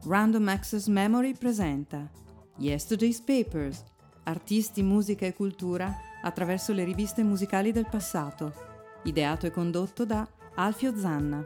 Random Access Memory presenta Yesterday's Papers, artisti, musica e cultura attraverso le riviste musicali del passato, ideato e condotto da Alfio Zanna.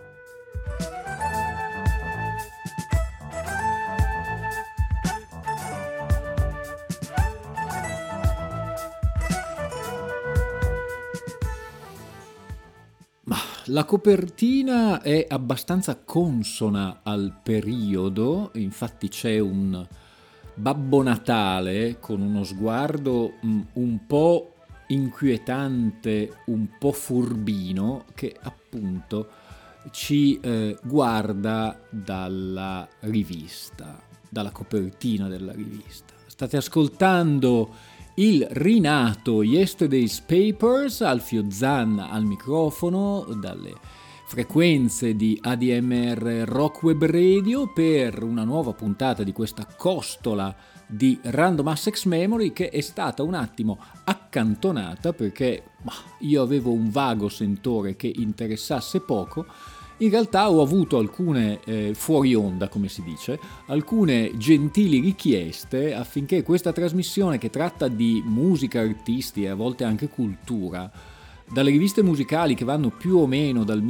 La copertina è abbastanza consona al periodo, infatti c'è un Babbo Natale con uno sguardo un po' inquietante, un po' furbino, che appunto ci guarda dalla rivista, dalla copertina della rivista. State ascoltando il rinato Yesterday's Papers, Alfio Zanna al microfono, dalle frequenze di ADMR Rock Web Radio, per una nuova puntata di questa costola di Random Access Memory che è stata un attimo accantonata perché io avevo un vago sentore che interessasse poco. In realtà ho avuto alcune fuori onda, come si dice, alcune gentili richieste affinché questa trasmissione, che tratta di musica, artisti e a volte anche cultura, dalle riviste musicali che vanno più o meno dal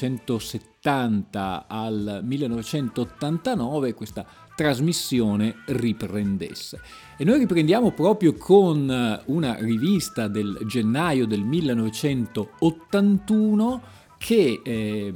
1970 al 1989, questa trasmissione riprendesse. E noi riprendiamo proprio con una rivista del gennaio del 1981 che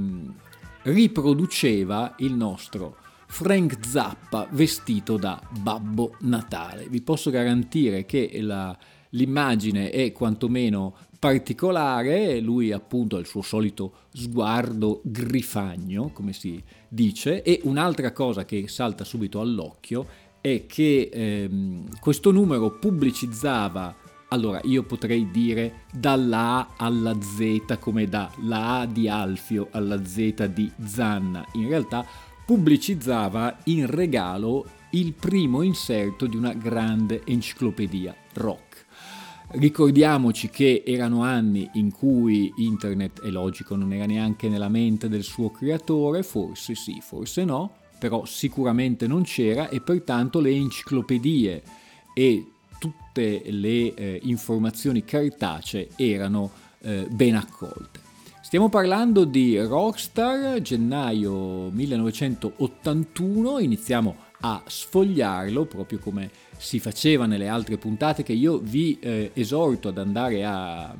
riproduceva il nostro Frank Zappa vestito da Babbo Natale. Vi posso garantire che l'immagine è quantomeno particolare, lui appunto ha il suo solito sguardo grifagno, come si dice, e un'altra cosa che salta subito all'occhio è che questo numero pubblicizzava, allora io potrei dire dalla A alla Z, come dalla A di Alfio alla Z di Zanna. In realtà pubblicizzava in regalo il primo inserto di una grande enciclopedia rock. Ricordiamoci che erano anni in cui internet, è logico, non era neanche nella mente del suo creatore, forse sì, forse no, però sicuramente non c'era, e pertanto le enciclopedie e tutte le informazioni cartacee erano ben accolte. Stiamo parlando di Rockstar, gennaio 1981, iniziamo a sfogliarlo proprio come si faceva nelle altre puntate, che io vi esorto ad andare a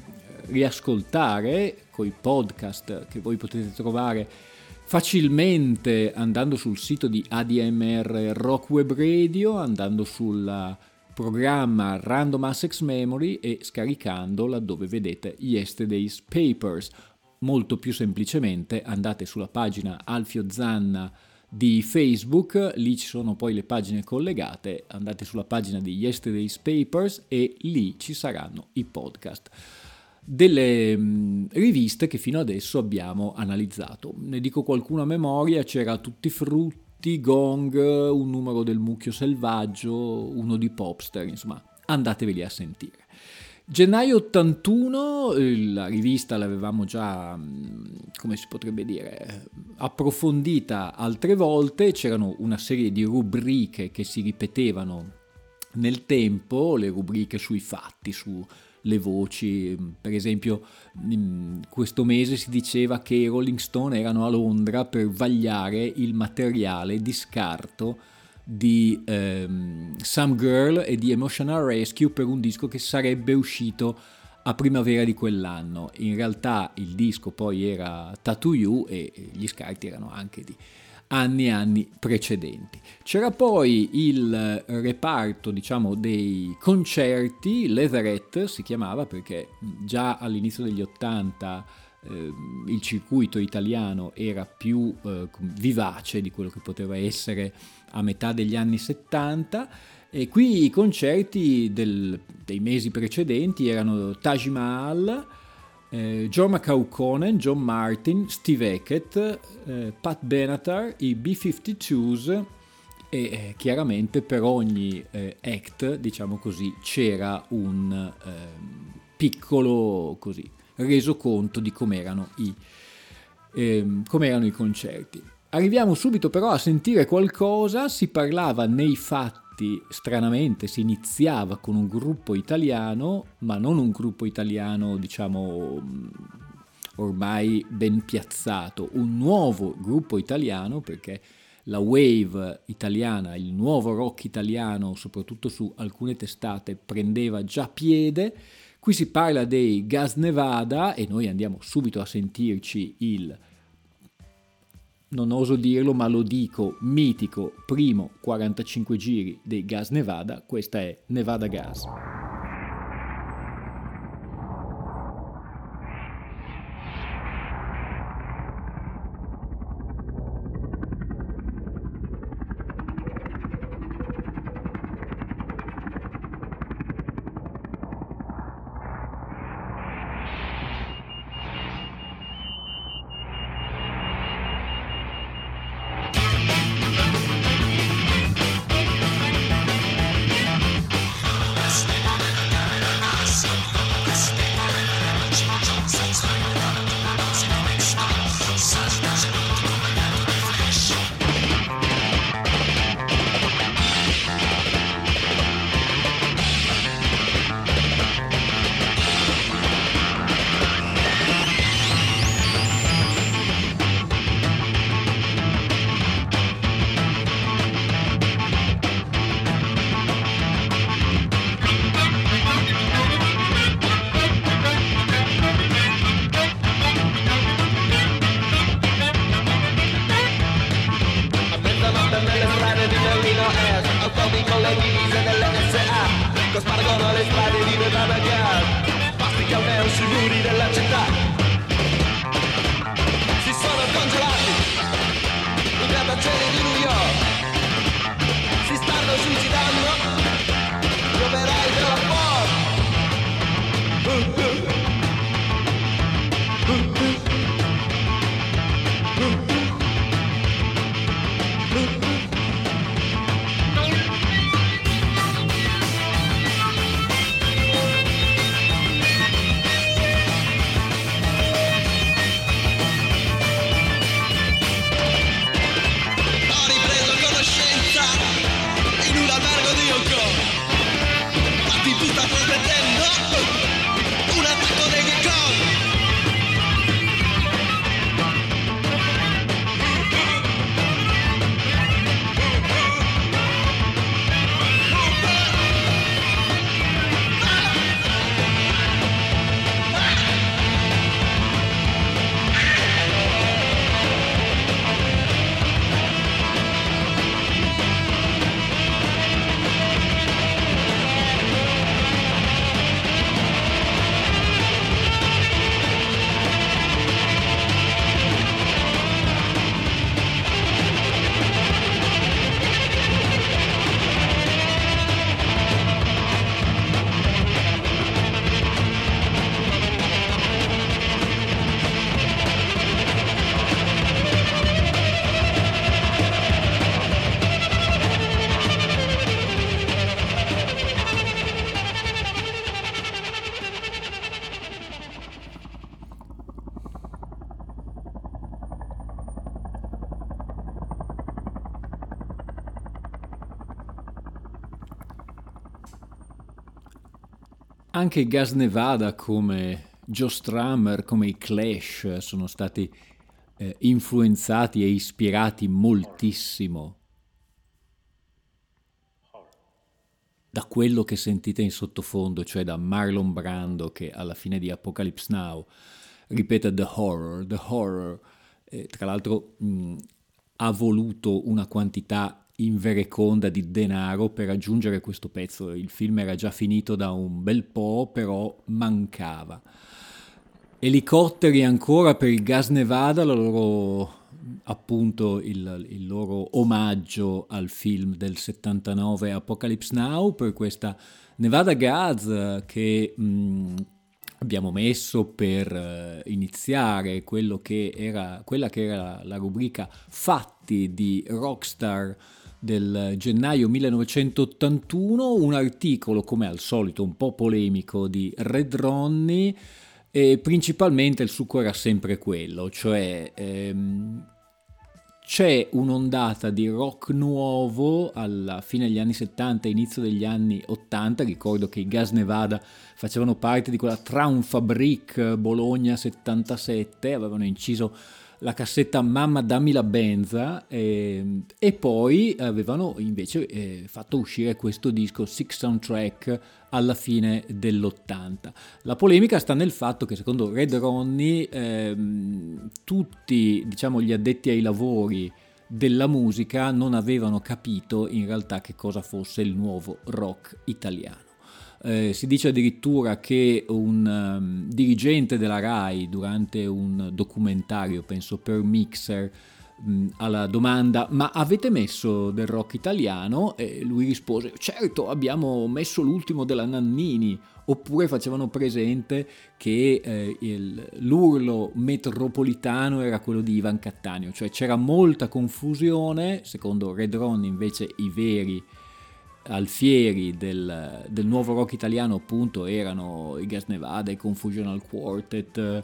riascoltare coi podcast che voi potete trovare facilmente andando sul sito di ADMR Rock Web Radio, andando sul programma Random Access Memory e scaricando laddove vedete Yesterday's Papers. Molto più semplicemente andate sulla pagina Alfio Zanna di Facebook, lì ci sono poi le pagine collegate, andate sulla pagina di Yesterday's Papers e lì ci saranno i podcast delle riviste che fino adesso abbiamo analizzato. Ne dico qualcuno a memoria: c'era Tutti Frutti, Gong, un numero del Mucchio Selvaggio, uno di Popster, insomma andateveli a sentire. Gennaio 81, la rivista l'avevamo già, come si potrebbe dire, approfondita altre volte, c'erano una serie di rubriche che si ripetevano nel tempo, le rubriche sui fatti, sulle voci. Per esempio questo mese si diceva che i Rolling Stone erano a Londra per vagliare il materiale di scarto di Some Girl e di Emotional Rescue per un disco che sarebbe uscito a primavera di quell'anno. In realtà il disco poi era Tattoo You e gli scarti erano anche di anni e anni precedenti. C'era poi il reparto, diciamo, dei concerti, Leatherette si chiamava, perché già all'inizio degli 80 il circuito italiano era più vivace di quello che poteva essere a metà degli anni 70, e qui i concerti dei mesi precedenti erano Taj Mahal, John McCauconen, John Martin, Steve Hackett, Pat Benatar, i B-52s, e chiaramente per ogni act, diciamo così, c'era un piccolo resoconto di com'erano i concerti. Arriviamo subito però a sentire qualcosa. Si parlava nei fatti, stranamente si iniziava con un gruppo italiano, ma non un gruppo italiano diciamo ormai ben piazzato, un nuovo gruppo italiano, perché la wave italiana, il nuovo rock italiano, soprattutto su alcune testate, prendeva già piede. Qui si parla dei Gas Nevada e noi andiamo subito a sentirci il, non oso dirlo ma lo dico, mitico primo 45 giri dei Gas Nevada. Questa è Nevada Gas. Anche i Gas Nevada, come Joe Strummer, come i Clash, sono stati influenzati e ispirati moltissimo da quello che sentite in sottofondo, cioè da Marlon Brando che alla fine di Apocalypse Now ripete The Horror, The Horror. Tra l'altro ha voluto una quantità invereconda di denaro per raggiungere questo pezzo. Il film era già finito da un bel po', però mancava. Elicotteri ancora per il Gas Nevada, la loro, appunto il loro omaggio al film del 79 Apocalypse Now, per questa Nevada Gas che abbiamo messo per iniziare quella che era la rubrica Fatti di Rockstar del gennaio 1981, un articolo come al solito un po' polemico di Red Ronnie, e principalmente il succo era sempre quello, cioè c'è un'ondata di rock nuovo alla fine degli anni 70, inizio degli anni 80. Ricordo che i Gas Nevada facevano parte di quella Traumfabrik Bologna 77, avevano inciso la cassetta Mamma dammi la benza, e poi avevano invece fatto uscire questo disco Six Soundtrack alla fine dell'80. La polemica sta nel fatto che secondo Red Ronnie tutti, diciamo, gli addetti ai lavori della musica non avevano capito in realtà che cosa fosse il nuovo rock italiano. Si dice addirittura che un dirigente della RAI, durante un documentario, penso per Mixer, alla domanda "ma avete messo del rock italiano?" e lui rispose "certo, abbiamo messo l'ultimo della Nannini", oppure facevano presente che l'urlo metropolitano era quello di Ivan Cattaneo. Cioè c'era molta confusione. Secondo Red Ronnie invece i veri alfieri del nuovo rock italiano appunto erano i Gas Nevada, i Confusional Quartet,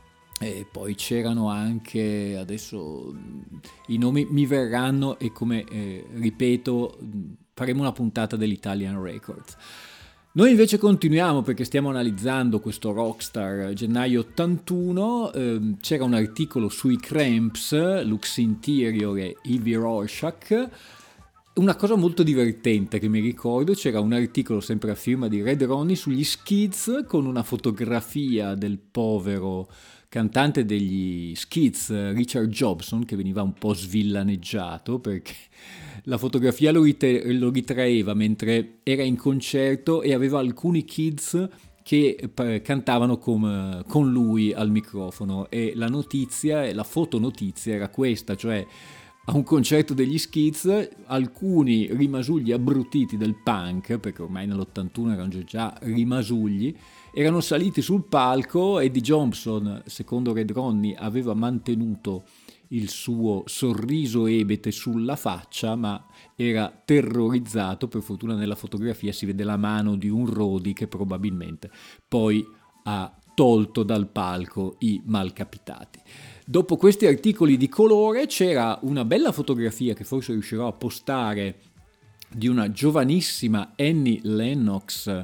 e poi c'erano anche, adesso i nomi mi verranno e come ripeto faremo una puntata dell'Italian Records. Noi invece continuiamo perché stiamo analizzando questo Rockstar gennaio 81. C'era un articolo sui Cramps, Lux Interior e Evie Rorschach. Una cosa molto divertente che mi ricordo, c'era un articolo sempre a firma di Red Ronnie sugli Skids con una fotografia del povero cantante degli Skids, Richard Jobson, che veniva un po' svillaneggiato perché la fotografia lo ritraeva mentre era in concerto e aveva alcuni kids che cantavano con lui al microfono, e la notizia, la fotonotizia era questa, cioè a un concerto degli Skids alcuni rimasugli abbrutiti del punk, perché ormai nell'81 erano già rimasugli, erano saliti sul palco. Eddie Johnson, secondo Red Ronnie, aveva mantenuto il suo sorriso ebete sulla faccia, ma era terrorizzato. Per fortuna nella fotografia si vede la mano di un roadie che probabilmente poi ha tolto dal palco i malcapitati. Dopo questi articoli di colore c'era una bella fotografia che forse riuscirò a postare di una giovanissima Annie Lennox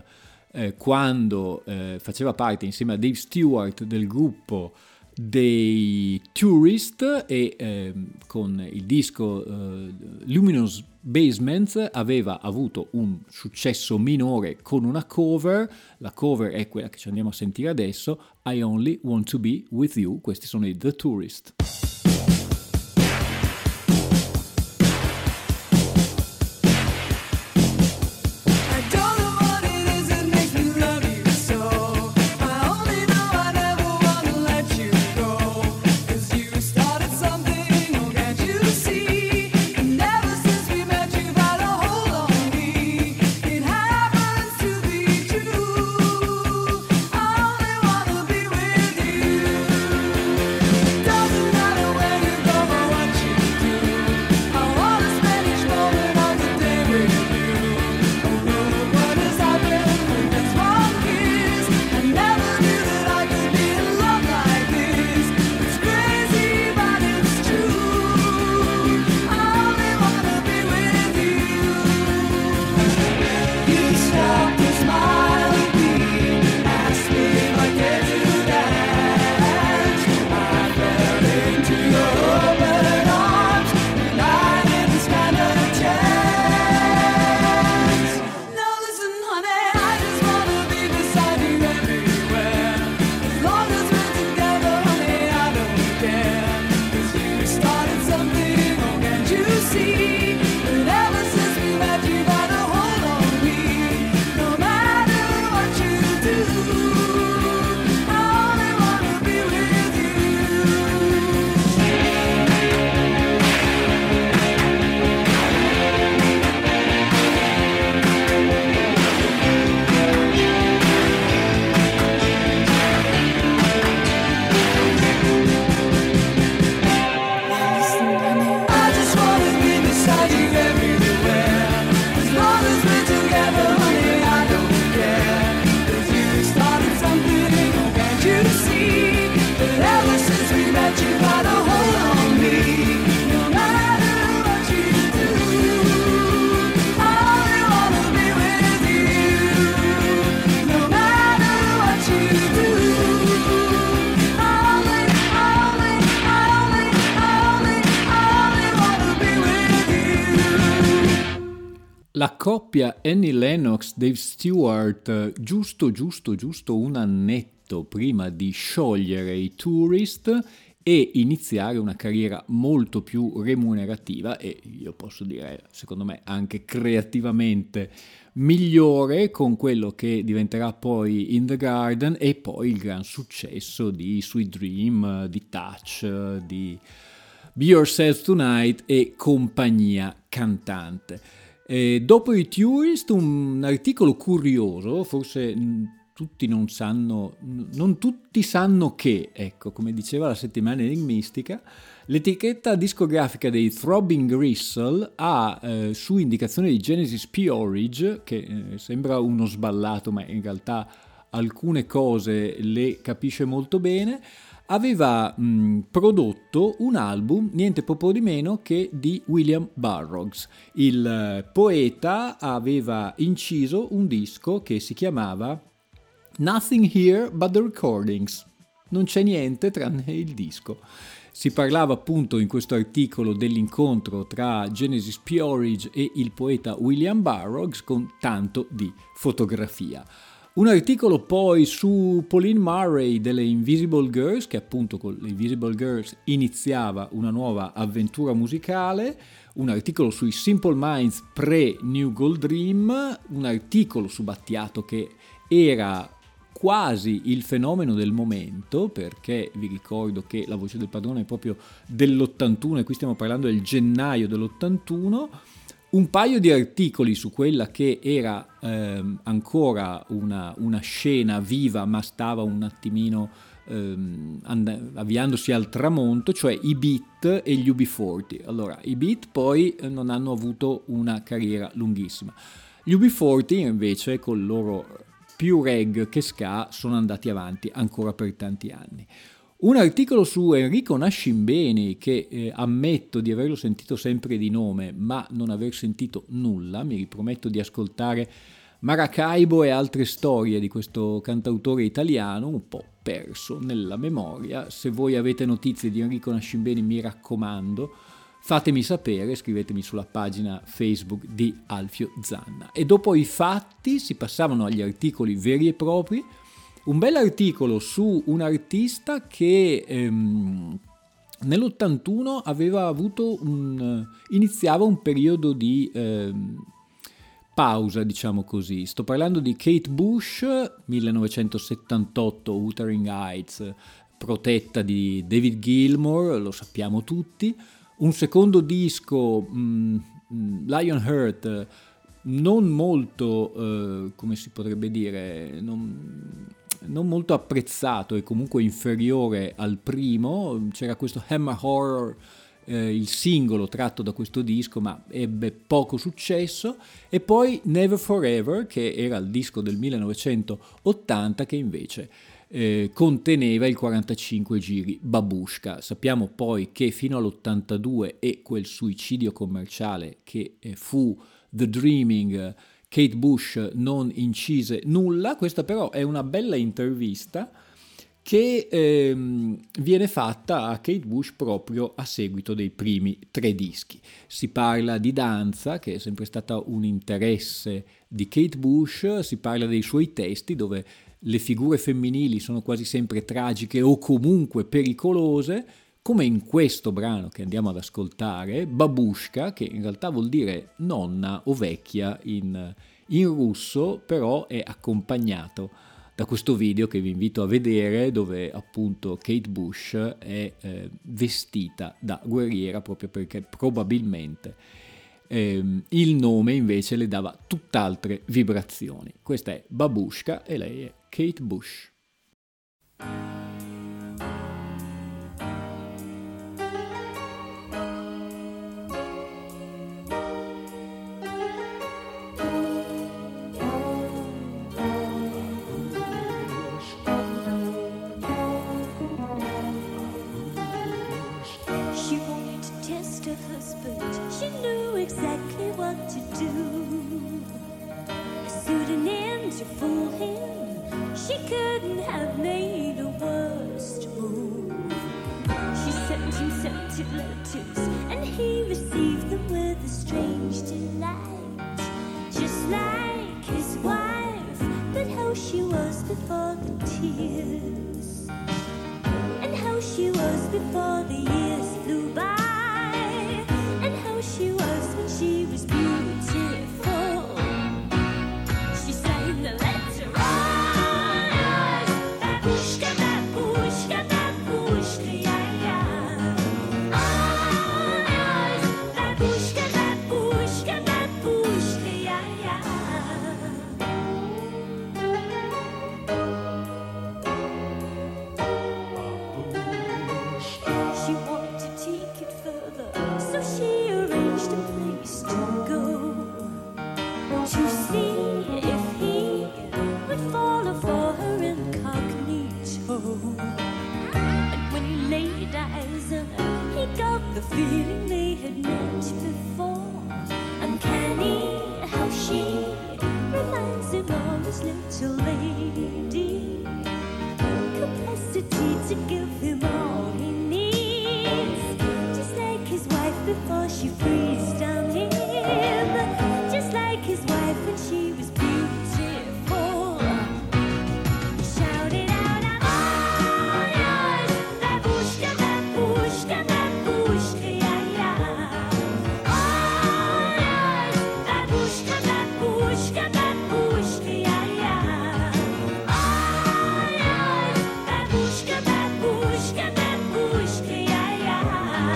quando faceva parte insieme a Dave Stewart del gruppo dei Tourist, e con il disco Luminous Basements aveva avuto un successo minore con una cover. La cover è quella che ci andiamo a sentire adesso, I Only Want to Be With You. Questi sono i The Tourist. Doesn't matter La coppia Annie Lennox-Dave Stewart, giusto un annetto prima di sciogliere i Tourist e iniziare una carriera molto più remunerativa e io posso dire, secondo me, anche creativamente migliore, con quello che diventerà poi In the Garden e poi il gran successo di Sweet Dream, di Touch, di Be Yourself Tonight e compagnia cantante. Dopo i Tourist, un articolo curioso, forse non tutti sanno che, ecco, come diceva la settimana enigmistica, l'etichetta discografica dei Throbbing Gristle ha, su indicazione di Genesis P-Orridge, che sembra uno sballato, ma in realtà alcune cose le capisce molto bene, aveva prodotto un album niente poco di meno che di William Burroughs. Il poeta aveva inciso un disco che si chiamava Nothing Here But The Recordings. Non c'è niente tranne il disco. Si parlava appunto in questo articolo dell'incontro tra Genesis P-Orridge e il poeta William Burroughs con tanto di fotografia. Un articolo poi su Pauline Murray delle Invisible Girls, che appunto con le Invisible Girls iniziava una nuova avventura musicale, un articolo sui Simple Minds pre-New Gold Dream, un articolo su Battiato che era quasi il fenomeno del momento, perché vi ricordo che La voce del padrone è proprio dell'81 e qui stiamo parlando del gennaio dell'81, un paio di articoli su quella che era ancora una scena viva ma stava un attimino avviandosi al tramonto, cioè i Beat e gli UB40. Allora, i Beat poi non hanno avuto una carriera lunghissima. Gli UB40 invece col loro più reggae che ska sono andati avanti ancora per tanti anni. Un articolo su Enrico Nascimbeni che ammetto di averlo sentito sempre di nome ma non aver sentito nulla, mi riprometto di ascoltare Maracaibo e altre storie di questo cantautore italiano un po' perso nella memoria. Se voi avete notizie di Enrico Nascimbeni mi raccomando fatemi sapere, scrivetemi sulla pagina Facebook di Alfio Zanna. E dopo i fatti si passavano agli articoli veri e propri. Un bel articolo su un artista che nell'81 aveva avuto iniziava un periodo di pausa, diciamo così. Sto parlando di Kate Bush, 1978, Wuthering Heights, protetta di David Gilmour, lo sappiamo tutti. Un secondo disco, Lionheart, non molto, come si potrebbe dire, non molto apprezzato e comunque inferiore al primo. C'era questo Hammer Horror, il singolo tratto da questo disco, ma ebbe poco successo, e poi Never Forever, che era il disco del 1980 che invece conteneva il 45 giri Babushka. Sappiamo poi che fino all'82 e quel suicidio commerciale che fu The Dreaming, Kate Bush non incise nulla. Questa però è una bella intervista che viene fatta a Kate Bush proprio a seguito dei primi 3 dischi. Si parla di danza, che è sempre stata un interesse di Kate Bush, si parla dei suoi testi dove le figure femminili sono quasi sempre tragiche o comunque pericolose, come in questo brano che andiamo ad ascoltare, Babushka, che in realtà vuol dire nonna o vecchia in russo, però è accompagnato da questo video che vi invito a vedere, dove appunto Kate Bush è vestita da guerriera, proprio perché probabilmente il nome invece le dava tutt'altre vibrazioni. Questa è Babushka e lei è Kate Bush. And he received them with a strange delight. before the tears, and how she was before the years flew by, and how she was when she was beautiful. She sang the letter on babushka, babushka, babushka, yeah, yeah. On babushka, babushka, babushka, yeah, yeah. She wanted to take it further, so she arranged a place to go, to see if he would follow for her incognito. And when he laid eyes on her, he got the feeling they had met before. Uncanny how she reminds him of his little lady, capacity to give him all he needs, just like his wife before she freezed on him, just like his wife when she was beautiful. He shouted out, I'm all yours, babushka, babushka, babushka, yeah, yeah. All yours, babushka, babushka, babushka, yeah, yeah. All yours, babushka, babushka, babushka, yeah, yeah.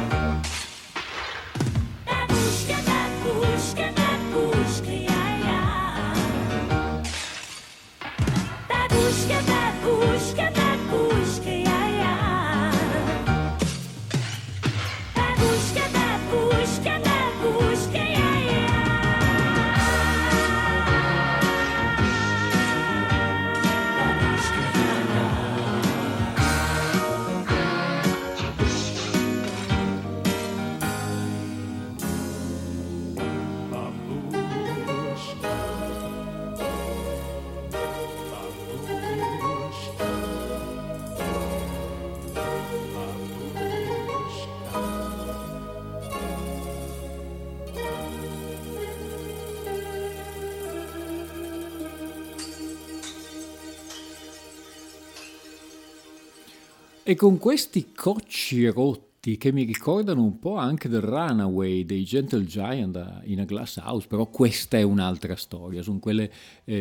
Babushka, babushka, babushka, yeah, yeah. Babushka, babushka, babushka, yeah, yeah. Babushka, babushka, babushka, yeah, yeah. E con questi cocci rotti che mi ricordano un po' anche del Runaway dei Gentle Giant in a Glass House, però questa è un'altra storia, sono quelle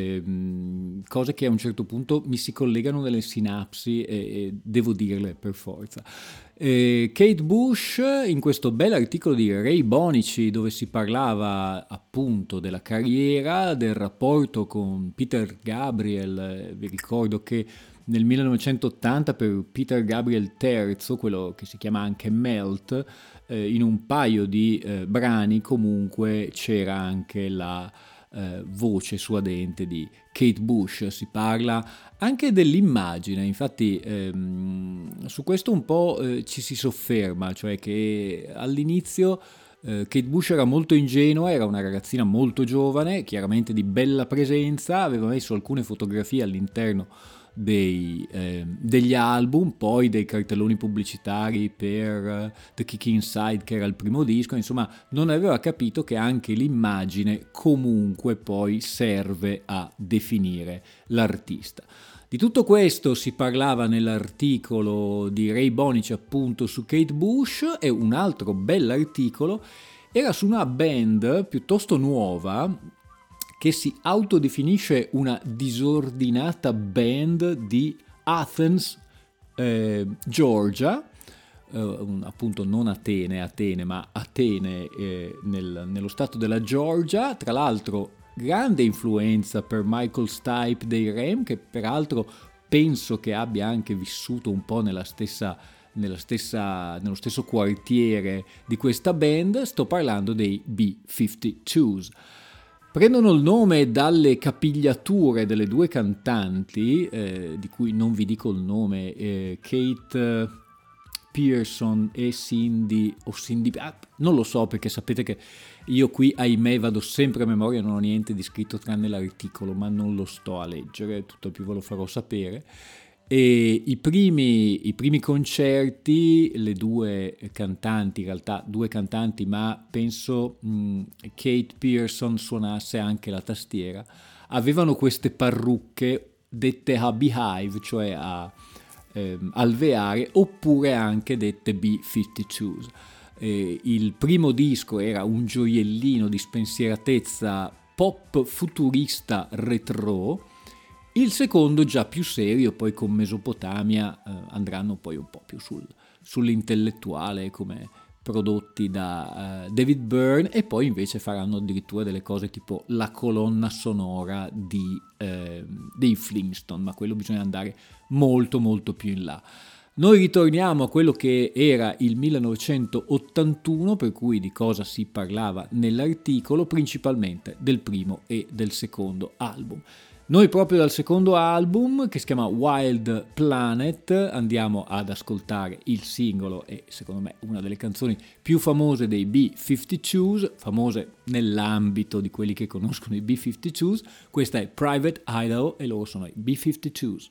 cose che a un certo punto mi si collegano nelle sinapsi e devo dirle per forza. Kate Bush, in questo bel articolo di Ray Bonici dove si parlava appunto della carriera, del rapporto con Peter Gabriel, vi ricordo che nel 1980 per Peter Gabriel III, quello che si chiama anche Melt, in un paio di brani comunque c'era anche la voce suadente di Kate Bush. Si parla anche dell'immagine, infatti su questo un po' ci si sofferma, cioè che all'inizio Kate Bush era molto ingenua, era una ragazzina molto giovane, chiaramente di bella presenza, aveva messo alcune fotografie all'interno degli album, poi dei cartelloni pubblicitari per The Kick Inside, che era il primo disco, insomma non aveva capito che anche l'immagine comunque poi serve a definire l'artista. Di tutto questo si parlava nell'articolo di Ray Bonici appunto su Kate Bush, e un altro bell'articolo era su una band piuttosto nuova che si autodefinisce una disordinata band di Athens, Georgia, appunto non Atene, ma Atene nello stato della Georgia, tra l'altro grande influenza per Michael Stipe dei Rem, che peraltro penso che abbia anche vissuto un po' nello stesso quartiere di questa band. Sto parlando dei B-52s. Prendono il nome dalle capigliature delle due cantanti, di cui non vi dico il nome, Kate Pearson e Cindy, non lo so, perché sapete che io qui, ahimè, vado sempre a memoria, non ho niente di scritto tranne l'articolo, ma non lo sto a leggere, tutto più ve lo farò sapere. E i primi concerti, le due cantanti, in realtà due cantanti, ma penso Kate Pearson suonasse anche la tastiera, avevano queste parrucche dette a beehive, cioè a alveare, oppure anche dette B-52s. Il primo disco era un gioiellino di spensieratezza pop futurista retro, il secondo già più serio, poi con Mesopotamia andranno poi un po' più sull'intellettuale, come prodotti da David Byrne, e poi invece faranno addirittura delle cose tipo la colonna sonora dei Flintstone, ma quello bisogna andare molto molto più in là. Noi ritorniamo a quello che era il 1981, per cui di cosa si parlava nell'articolo? Principalmente del primo e del secondo album. Noi proprio dal secondo album, che si chiama Wild Planet, andiamo ad ascoltare il singolo e secondo me una delle canzoni più famose dei B-52s, famose nell'ambito di quelli che conoscono i B-52s. Questa è Private Idaho e loro sono i B-52s.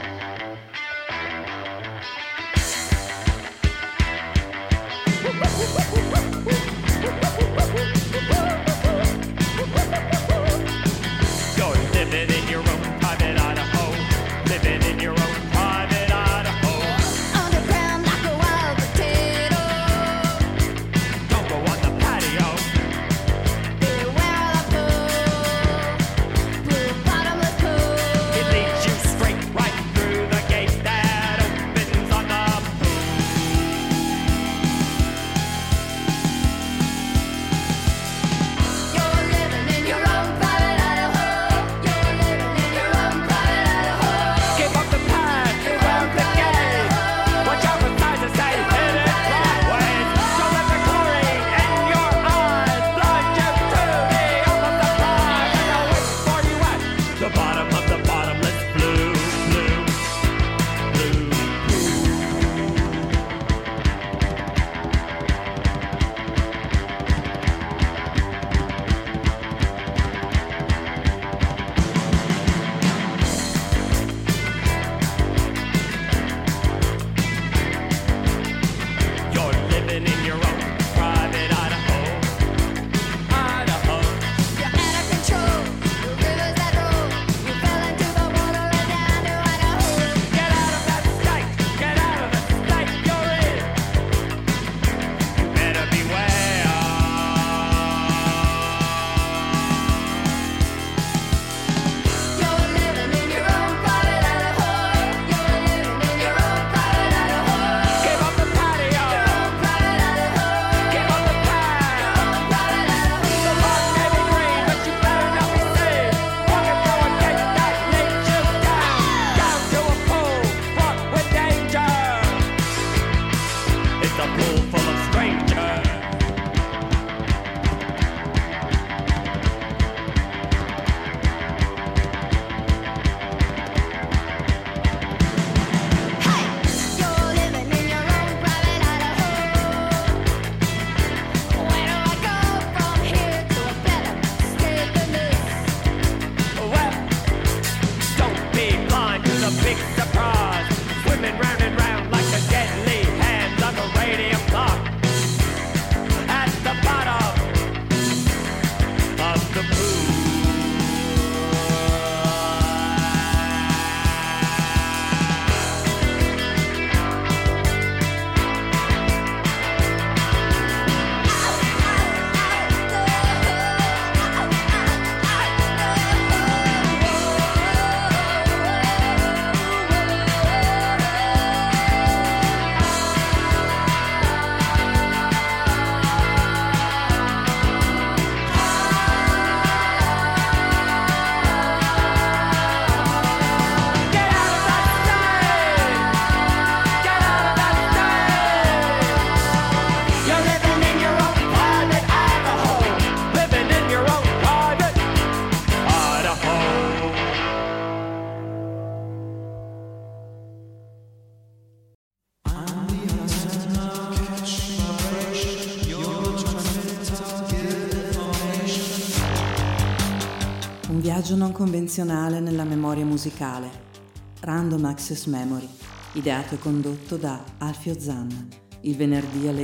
Un viaggio non convenzionale nella memoria musicale. Random Access Memory, ideato e condotto da Alfio Zanna, il venerdì alle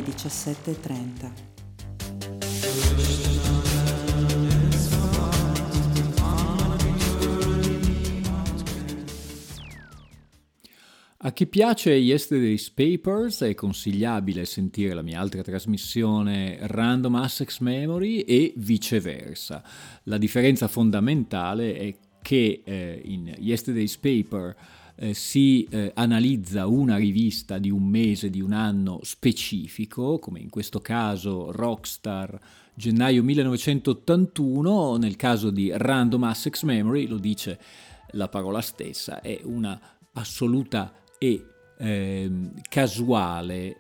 17:30. chi piace Yesterday's Papers è consigliabile sentire la mia altra trasmissione Random Access Memory e viceversa. La differenza fondamentale è che in Yesterday's Paper si analizza una rivista di un mese, di un anno specifico, come in questo caso Rockstar gennaio 1981, nel caso di Random Access Memory, lo dice la parola stessa, è una assoluta e casuale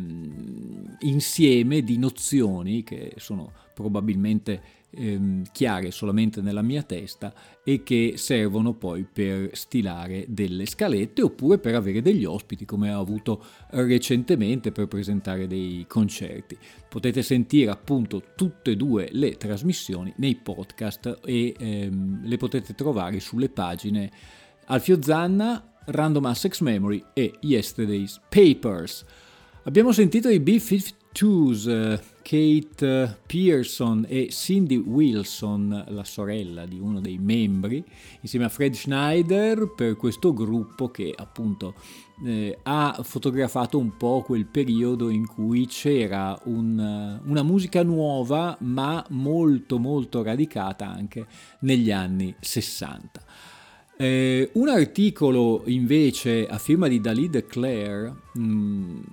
insieme di nozioni che sono probabilmente chiare solamente nella mia testa e che servono poi per stilare delle scalette oppure per avere degli ospiti, come ho avuto recentemente per presentare dei concerti. Potete sentire appunto tutte e due le trasmissioni nei podcast e le potete trovare sulle pagine Alfio Zanna, Random Access Memory e Yesterday's Papers. Abbiamo sentito i B-52s, Kate Pearson e Cindy Wilson, la sorella di uno dei membri, insieme a Fred Schneider, per questo gruppo che appunto ha fotografato un po' quel periodo in cui c'era una musica nuova ma molto molto radicata anche negli anni 60. Un articolo invece a firma di Dalit Claire, un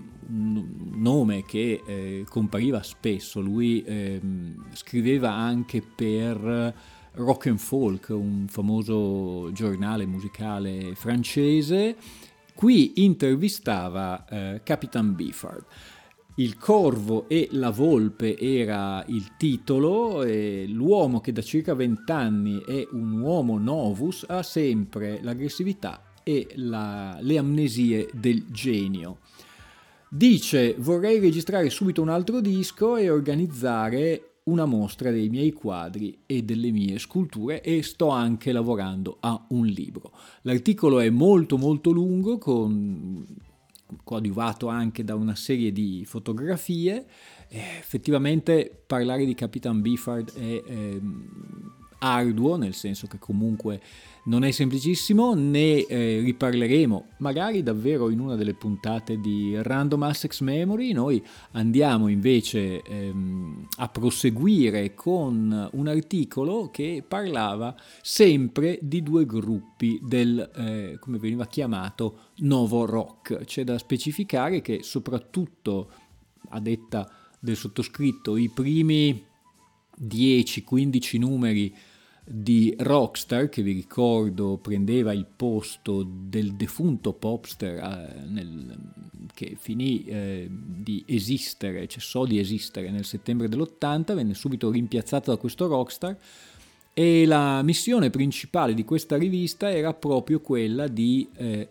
nome che compariva spesso, lui scriveva anche per Rock and Folk, un famoso giornale musicale francese. Qui intervistava Capitan Beefheart. Il corvo e la volpe era il titolo, e l'uomo che da circa 20 anni è un uomo novus ha sempre l'aggressività e le amnesie del genio. Dice: vorrei registrare subito un altro disco e organizzare una mostra dei miei quadri e delle mie sculture e sto anche lavorando a un libro. L'articolo è molto molto lungo, coadiuvato anche da una serie di fotografie. Effettivamente parlare di Capitan Beefheart è arduo, nel senso che comunque non è semplicissimo. Ne riparleremo magari davvero in una delle puntate di Random Access Memory. Noi andiamo invece a proseguire con un articolo che parlava sempre di due gruppi del come veniva chiamato Novo Rock. C'è da specificare che soprattutto, a detta del sottoscritto, i primi 10-15 numeri di Rockstar, che vi ricordo prendeva il posto del defunto Popster che finì di esistere, cessò di esistere nel settembre dell'80, venne subito rimpiazzato da questo Rockstar, e la missione principale di questa rivista era proprio quella di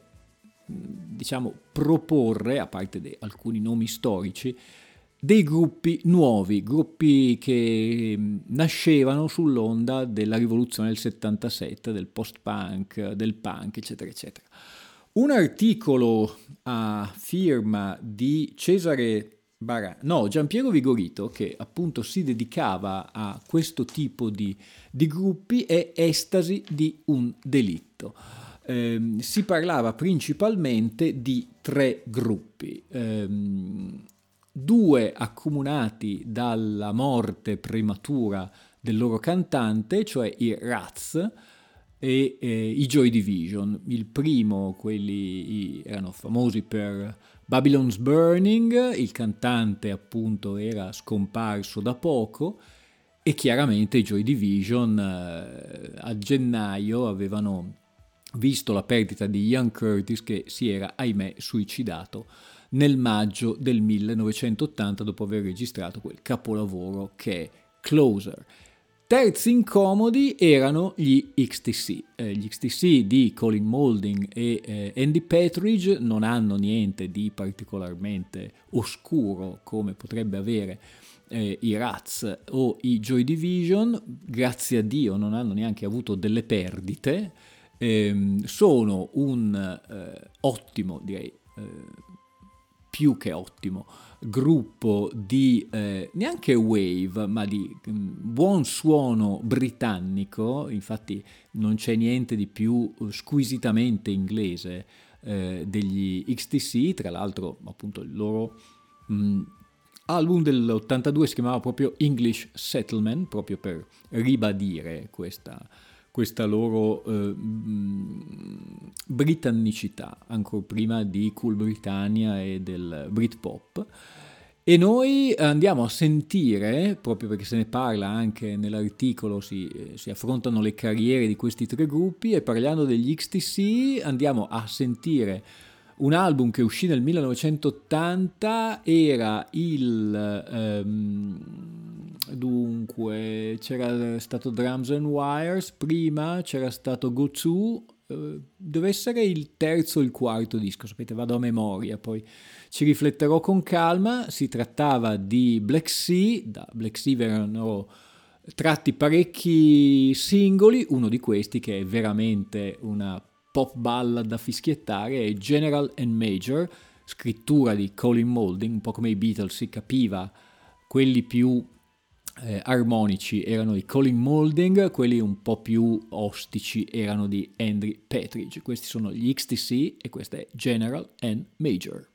proporre, a parte alcuni nomi storici, dei gruppi nuovi, gruppi che nascevano sull'onda della rivoluzione del 77, del post-punk, del punk, eccetera, eccetera. Un articolo a firma di Giampiero Vigorito, che appunto si dedicava a questo tipo di gruppi, è Estasi di un delitto. Si parlava principalmente di 3 gruppi. 2 accomunati dalla morte prematura del loro cantante, cioè i Rats e i Joy Division. Il primo, quelli erano famosi per Babylon's Burning, il cantante appunto era scomparso da poco, e chiaramente i Joy Division a gennaio avevano visto la perdita di Ian Curtis, che si era, ahimè, suicidato nel maggio del 1980 dopo aver registrato quel capolavoro che è Closer. Terzi incomodi erano gli XTC. Gli XTC di Colin Moulding e Andy Petridge non hanno niente di particolarmente oscuro come potrebbe avere i Rats o i Joy Division. Grazie a Dio non hanno neanche avuto delle perdite. Sono un ottimo, direi più che ottimo, gruppo di neanche wave, ma di buon suono britannico. Infatti non c'è niente di più squisitamente inglese degli XTC, tra l'altro appunto il loro album dell'82 si chiamava proprio English Settlement, proprio per ribadire questa loro britannicità, ancora prima di Cool Britannia e del Britpop. E noi andiamo a sentire, proprio perché se ne parla anche nell'articolo, si affrontano le carriere di questi tre gruppi, e parlando degli XTC andiamo a sentire un album che uscì nel 1980, era dunque c'era stato Drums and Wires, prima c'era stato Go To, deve essere il terzo o il quarto disco, sapete, vado a memoria, poi ci rifletterò con calma. Si trattava di Black Sea, da Black Sea erano tratti parecchi singoli, uno di questi che è veramente una pop ballad da fischiettare è General and Major, scrittura di Colin Moulding, un po' come i Beatles, si capiva, quelli più armonici erano di Colin Moulding, quelli un po' più ostici erano di Henry Petridge. Questi sono gli XTC e questa è General and Major.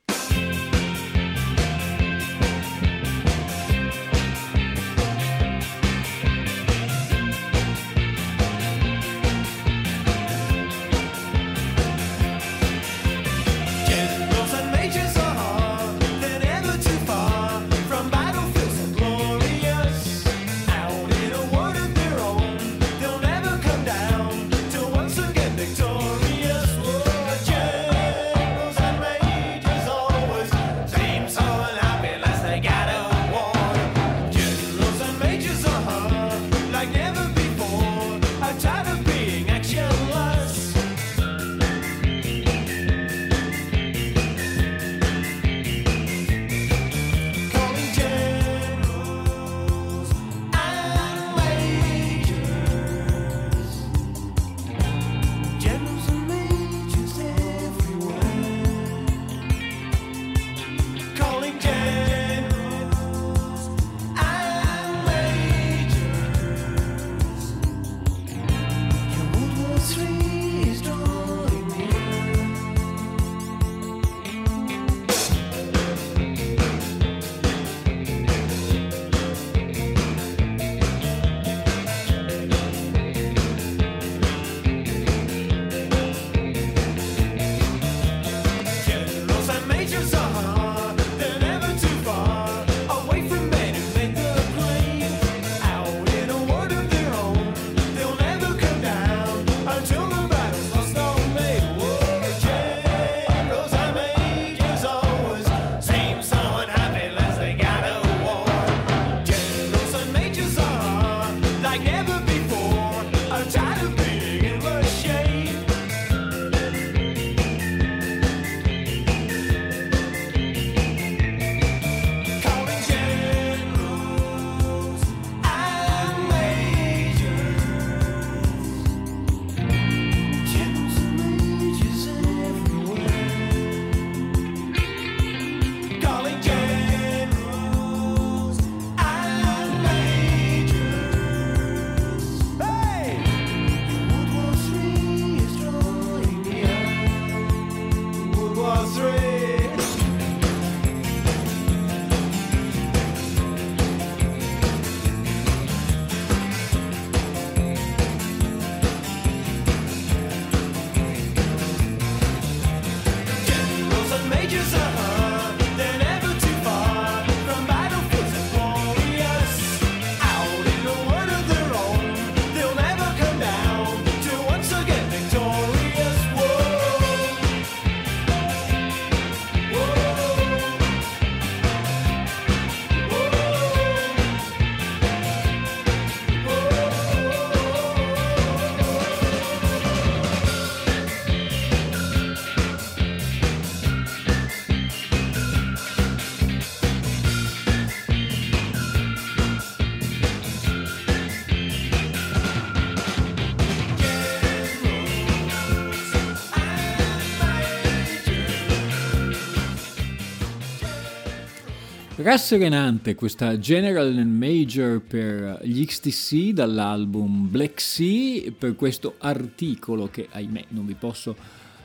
Rasserenante questa General and Major per gli XTC dall'album Black Sea, per questo articolo che ahimè non vi posso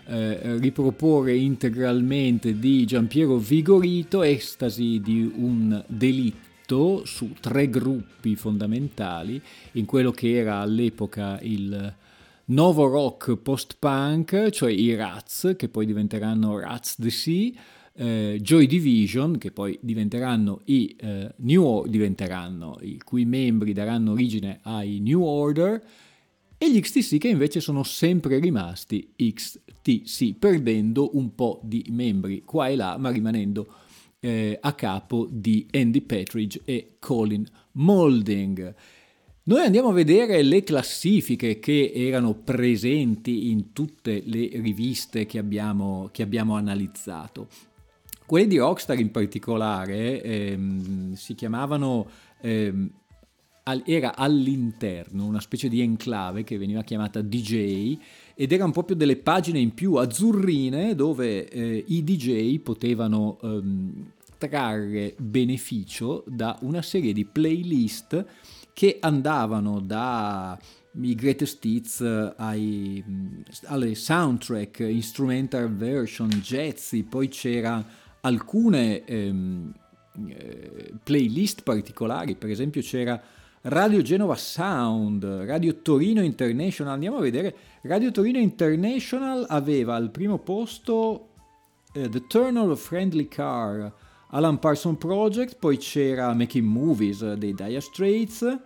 riproporre integralmente di Giampiero Vigorito, Estasi di un delitto, su 3 gruppi fondamentali in quello che era all'epoca il nuovo rock post-punk, cioè i Rats, che poi diventeranno Rats the Sea, Joy Division, che poi diventeranno i cui membri daranno origine ai New Order, e gli XTC, che invece sono sempre rimasti XTC, perdendo un po' di membri qua e là, ma rimanendo a capo di Andy Partridge e Colin Moulding. Noi andiamo a vedere le classifiche che erano presenti in tutte le riviste che abbiamo analizzato. Quelle di Rockstar in particolare si chiamavano, era all'interno una specie di enclave che veniva chiamata DJ, ed erano proprio delle pagine in più azzurrine dove i DJ potevano trarre beneficio da una serie di playlist che andavano da i greatest hits alle soundtrack, instrumental version, jazzy, poi c'era alcune playlist particolari, per esempio c'era Radio Genova Sound, Radio Torino International. Andiamo a vedere. Radio Torino International aveva al primo posto The Turn of a Friendly Car, Alan Parsons Project, poi c'era Making Movies dei Dire Straits,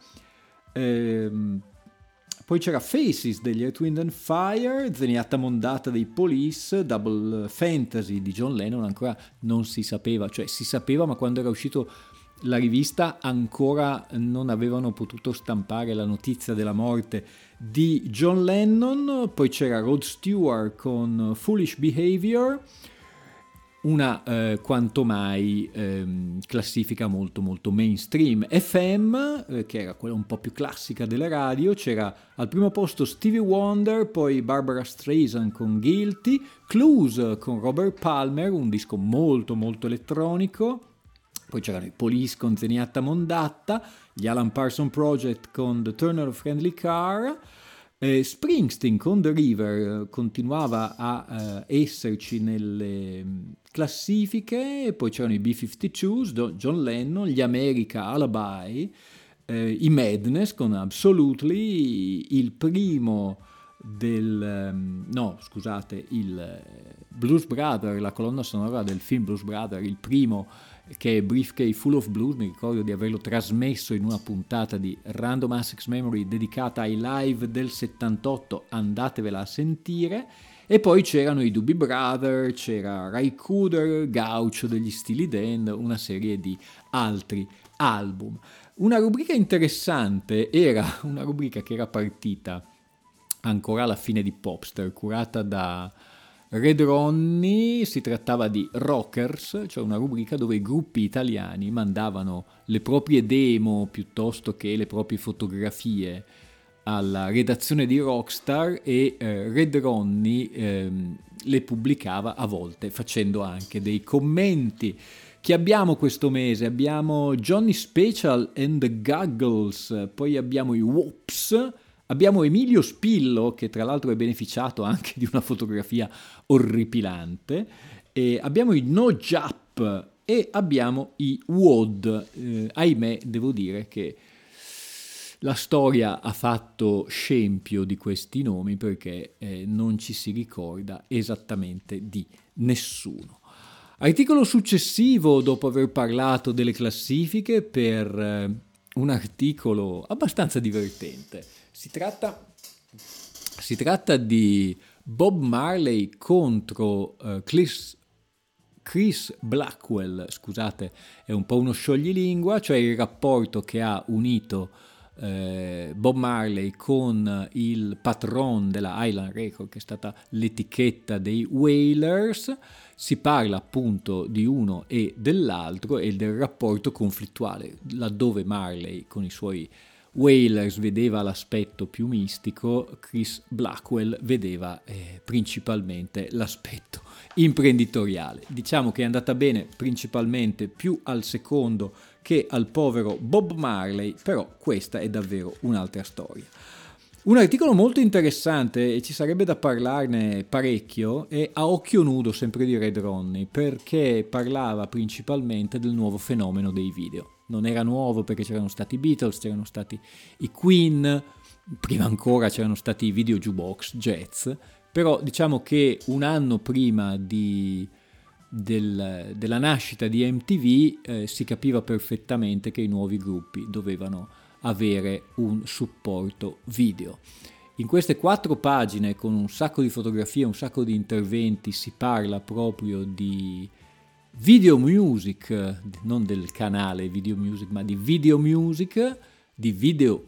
poi c'era Faces degli Earth, Wind and Fire, Zenyatta Mondata dei Police, Double Fantasy di John Lennon. Ancora non si sapeva, cioè si sapeva, ma quando era uscito la rivista ancora non avevano potuto stampare la notizia della morte di John Lennon. Poi c'era Rod Stewart con Foolish Behavior, una quanto mai classifica molto molto mainstream. FM, che era quella un po' più classica delle radio, c'era al primo posto Stevie Wonder, poi Barbara Streisand con Guilty, Clues con Robert Palmer, un disco molto molto elettronico, poi c'erano i Police con Zenyatta Mondatta, gli Alan Parsons Project con The Turn of a Friendly Car, Springsteen con The River continuava a esserci nelle classifiche, e poi c'erano i B-52s, John Lennon, gli America Alibi, i Madness con Absolutely, il primo il Blues Brother, la colonna sonora del film Blues Brother, il primo, che è Briefcase Full of Blues. Mi ricordo di averlo trasmesso in una puntata di Random Access Memory dedicata ai live del 78, andatevela a sentire. E poi c'erano i Doobie Brothers, c'era Ray Cooder, Gaucho degli Steely Dan, una serie di altri album. Una rubrica interessante era una rubrica che era partita ancora alla fine di Popstar, curata da Red Ronnie. Si trattava di Rockers, cioè una rubrica dove i gruppi italiani mandavano le proprie demo piuttosto che le proprie fotografie alla redazione di Rockstar, e Red Ronnie le pubblicava a volte facendo anche dei commenti. Chi abbiamo questo mese? Abbiamo Johnny Special and the Goggles, poi abbiamo i Whoops, abbiamo Emilio Spillo, che tra l'altro è beneficiato anche di una fotografia orripilante, e abbiamo i No Jap e abbiamo i WOD. Ahimè, devo dire che la storia ha fatto scempio di questi nomi, perché non ci si ricorda esattamente di nessuno. Articolo successivo, dopo aver parlato delle classifiche, per un articolo abbastanza divertente. Si tratta di Bob Marley contro Chris Blackwell, scusate, è un po' uno scioglilingua, cioè il rapporto che ha unito Bob Marley con il patron della Island Record, che è stata l'etichetta dei Wailers. Si parla appunto di uno e dell'altro e del rapporto conflittuale, laddove Marley con i suoi Wailers vedeva l'aspetto più mistico, Chris Blackwell vedeva principalmente l'aspetto imprenditoriale. Diciamo che è andata bene principalmente più al secondo che al povero Bob Marley, però questa è davvero un'altra storia. Un articolo molto interessante, e ci sarebbe da parlarne parecchio, è A occhio nudo, sempre di Red Ronnie, perché parlava principalmente del nuovo fenomeno dei video. Non era nuovo perché c'erano stati i Beatles, c'erano stati i Queen, prima ancora c'erano stati i video jukebox jazz, però diciamo che un anno prima della nascita di MTV si capiva perfettamente che i nuovi gruppi dovevano avere un supporto video. In queste 4 pagine, con un sacco di fotografie, un sacco di interventi, si parla proprio di video music, non del canale video music, ma di video music, di video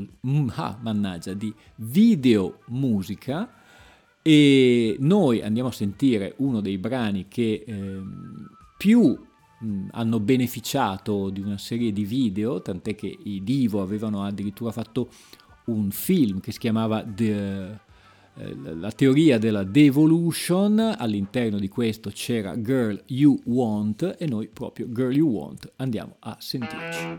musica, e noi andiamo a sentire uno dei brani che più hanno beneficiato di una serie di video, tant'è che i Divo avevano addirittura fatto un film che si chiamava la teoria della devolution. All'interno di questo c'era Girl You Want, e noi proprio Girl You Want andiamo a sentirci.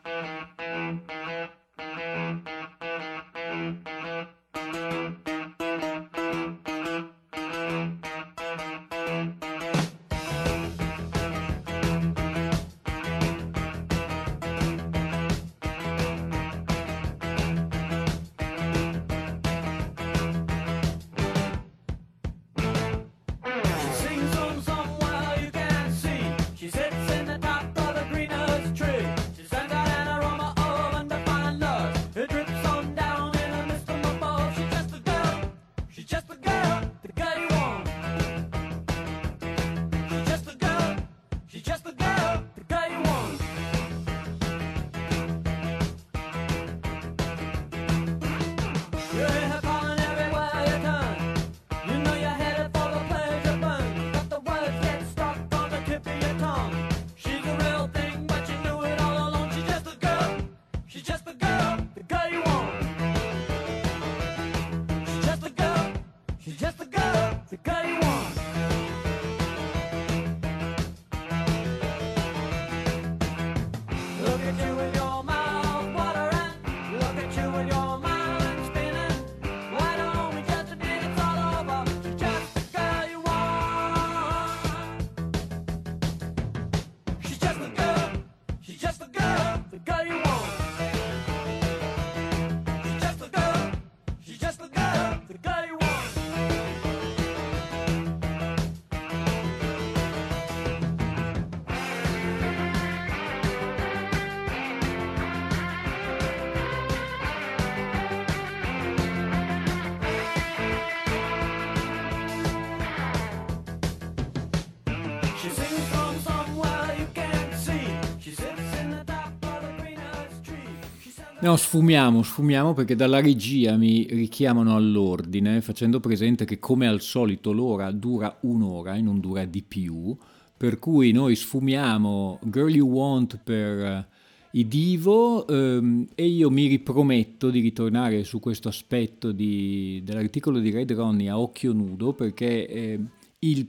No, sfumiamo perché dalla regia mi richiamano all'ordine facendo presente che come al solito l'ora dura un'ora e non dura di più, per cui noi sfumiamo Girl You Want per i Divo, e io mi riprometto di ritornare su questo aspetto dell'articolo di Red Ronnie A occhio nudo, perché il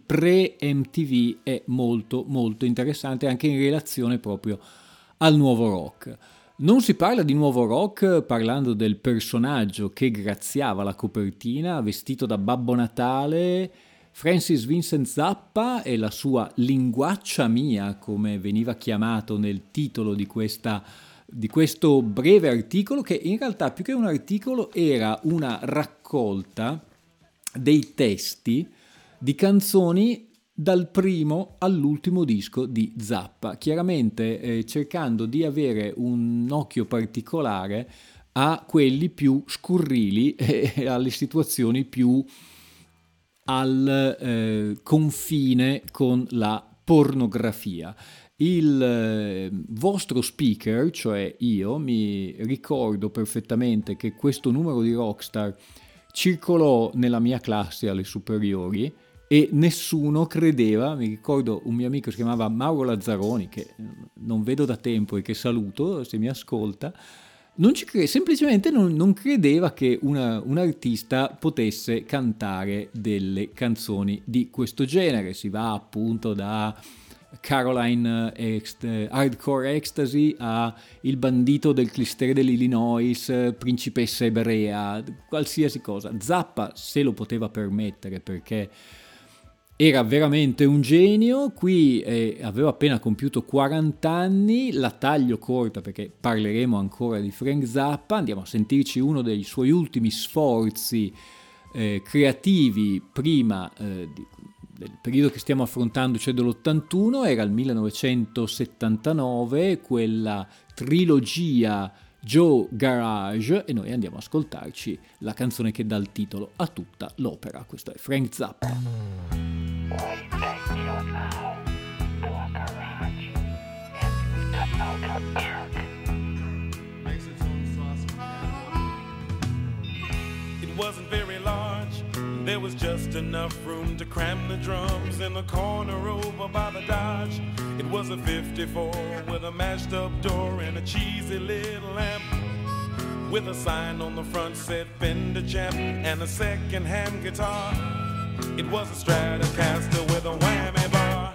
pre-MTV è molto molto interessante anche in relazione proprio al nuovo rock. Non si parla di nuovo rock parlando del personaggio che graziava la copertina, vestito da Babbo Natale, Francis Vincent Zappa, e la sua linguaccia mia, come veniva chiamato nel titolo di questo breve articolo, che in realtà più che un articolo era una raccolta dei testi di canzoni dal primo all'ultimo disco di Zappa, chiaramente cercando di avere un occhio particolare a quelli più scurrili e alle situazioni più al confine con la pornografia. Il vostro speaker, cioè io, mi ricordo perfettamente che questo numero di Rockstar circolò nella mia classe alle superiori e nessuno credeva. Mi ricordo un mio amico si chiamava Mauro Lazzaroni, che non vedo da tempo e che saluto se mi ascolta, semplicemente non credeva che un artista potesse cantare delle canzoni di questo genere. Si va appunto da Caroline Hardcore Ecstasy a Il bandito del clistere dell'Illinois, Principessa ebrea, qualsiasi cosa. Zappa se lo poteva permettere perché era veramente un genio. Qui aveva appena compiuto 40 anni, la taglio corta perché parleremo ancora di Frank Zappa, andiamo a sentirci uno dei suoi ultimi sforzi creativi prima del periodo che stiamo affrontando, cioè dell'81, era il 1979, quella trilogia Joe Garage, e noi andiamo a ascoltarci la canzone che dà il titolo a tutta l'opera. Questo è Frank Zappa. It wasn't very large, there was just enough room to cram the drums in the corner over by the Dodge. It was a 54 with a mashed up door and a cheesy little lamp, with a sign on the front said Fender Champ and a second-hand guitar. It was a Stratocaster with a whammy bar.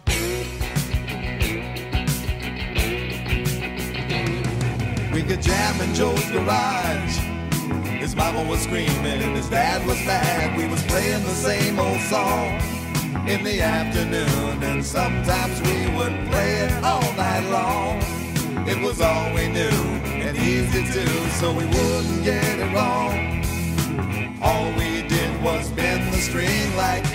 We could jam in Joe's garage. His mama was screaming and his dad was mad. We was playing the same old song in the afternoon, and sometimes we would play it all night long. It was all we knew and easy to, so we wouldn't get it wrong. All we did was bend the string like,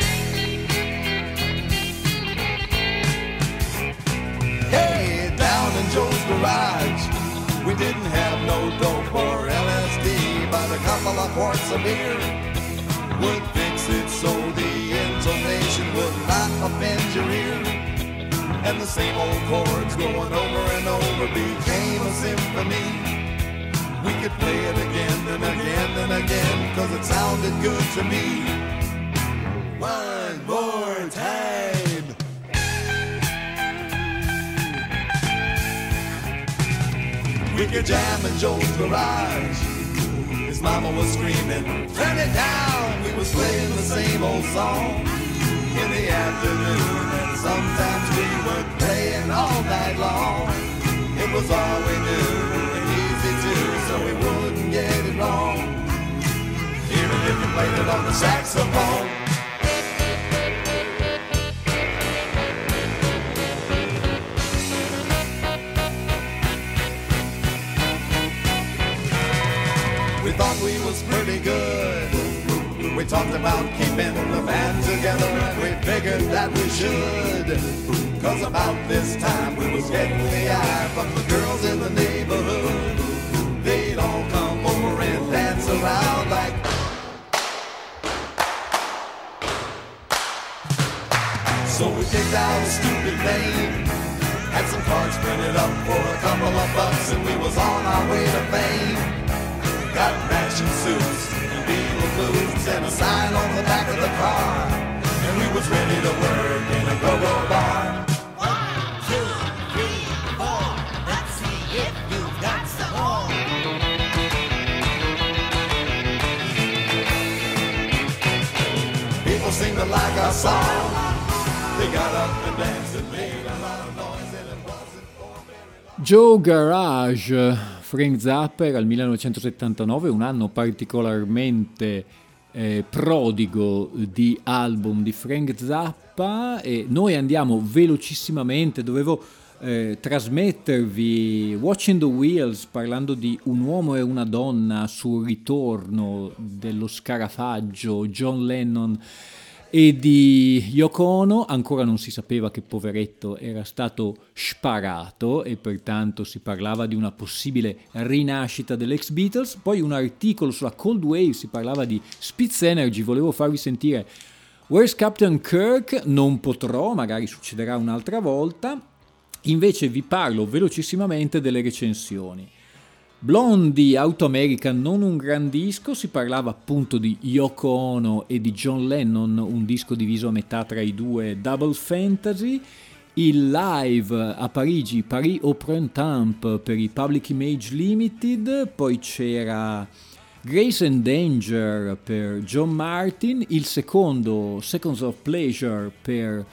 hey, down in Joe's garage. We didn't have no dope or LSD, but a couple of quarts of beer would fix it so the intonation would not offend your ear. And the same old chords going over and over became a symphony. We could play it again and again and again, 'cause it sounded good to me. One more time. We could jam in Joe's garage. His mama was screaming, turn it down. We was playing the same old song in the afternoon, and sometimes we would play it all night long. It was all we knew and easy too, so we wouldn't get it wrong. Even if you played it on the saxophone. We thought we was pretty good. We talked about keeping the band together, and we figured that we should. 'Cause about this time we was getting the eye from the girls in the neighborhood. They'd all come over and dance around like. So we picked out a stupid name, had some cards printed up for a couple of bucks, and we was on our way to fame. Got matching suits and Beatle boots and a sign on the back of the car, and we was ready to work in a go-go bar. 1, 2, 3, 4, let's see if you've got some more. People seemed to like our song. They got up and danced and made a lot of noise, and it wasn't for very long. Joe Garage, Frank Zappa, era il 1979, un anno particolarmente prodigo di album di Frank Zappa, e noi andiamo velocissimamente, dovevo trasmettervi Watching the Wheels, parlando di un uomo e una donna sul ritorno dello scarafaggio John Lennon e di Yoko Ono. Ancora non si sapeva che poveretto era stato sparato e pertanto si parlava di una possibile rinascita dell'ex Beatles. Poi un articolo sulla Cold Wave, si parlava di Spitz Energy. Volevo farvi sentire Where's Captain Kirk? Non potrò, magari succederà un'altra volta. Invece vi parlo velocissimamente delle recensioni. Blondie, Auto America, non un gran disco, si parlava appunto di Yoko Ono e di John Lennon, un disco diviso a metà tra i due, Double Fantasy. Il live a Parigi, Paris au Printemps, per i Public Image Limited. Poi c'era Grace and Danger per John Martin, il secondo Seconds of Pleasure per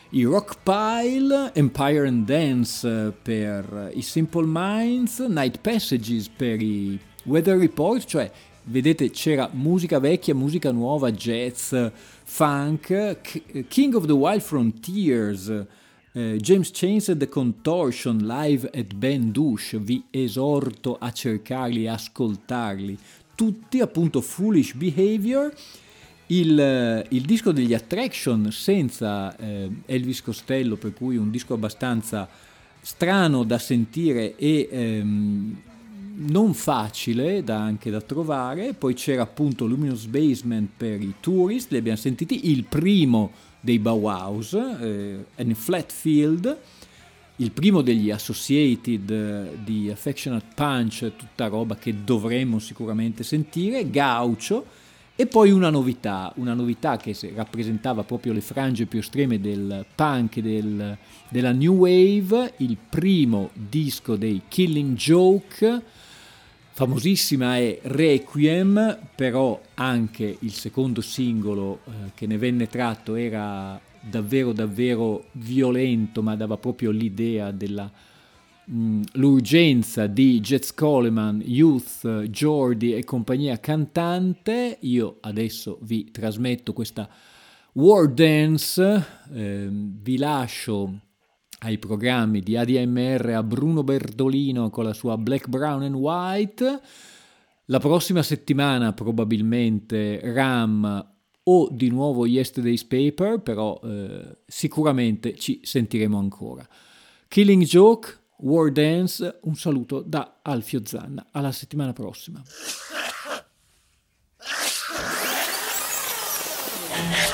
i Rockpile, Empire and Dance per i Simple Minds, Night Passages per i Weather Report, cioè vedete c'era musica vecchia, musica nuova, jazz, funk, King of the Wild Frontiers, James Chains and the Contortion live at Ben Douche, vi esorto a cercarli e ascoltarli, tutti appunto Foolish Behavior, il disco degli Attraction senza Elvis Costello, per cui un disco abbastanza strano da sentire e non facile anche da trovare. Poi c'era appunto Luminous Basement per i Tourist, li abbiamo sentiti, il primo dei Bauhaus, and Flat Field, il primo degli Associated di Affectionate Punch, tutta roba che dovremmo sicuramente sentire, Gaucho, e poi una novità che rappresentava proprio le frange più estreme del punk e della new wave, il primo disco dei Killing Joke, famosissima è Requiem, però anche il secondo singolo che ne venne tratto era davvero davvero violento, ma dava proprio l'idea della l'urgenza di Jets Coleman, Youth, Jordi e compagnia cantante. Io adesso vi trasmetto questa War Dance, vi lascio ai programmi di ADMR, a Bruno Berdolino con la sua Black, Brown and White. La prossima settimana probabilmente Ram o di nuovo Yesterday's Paper, però sicuramente ci sentiremo ancora. Killing Joke, War Dance, un saluto da Alfio Zanna, alla settimana prossima.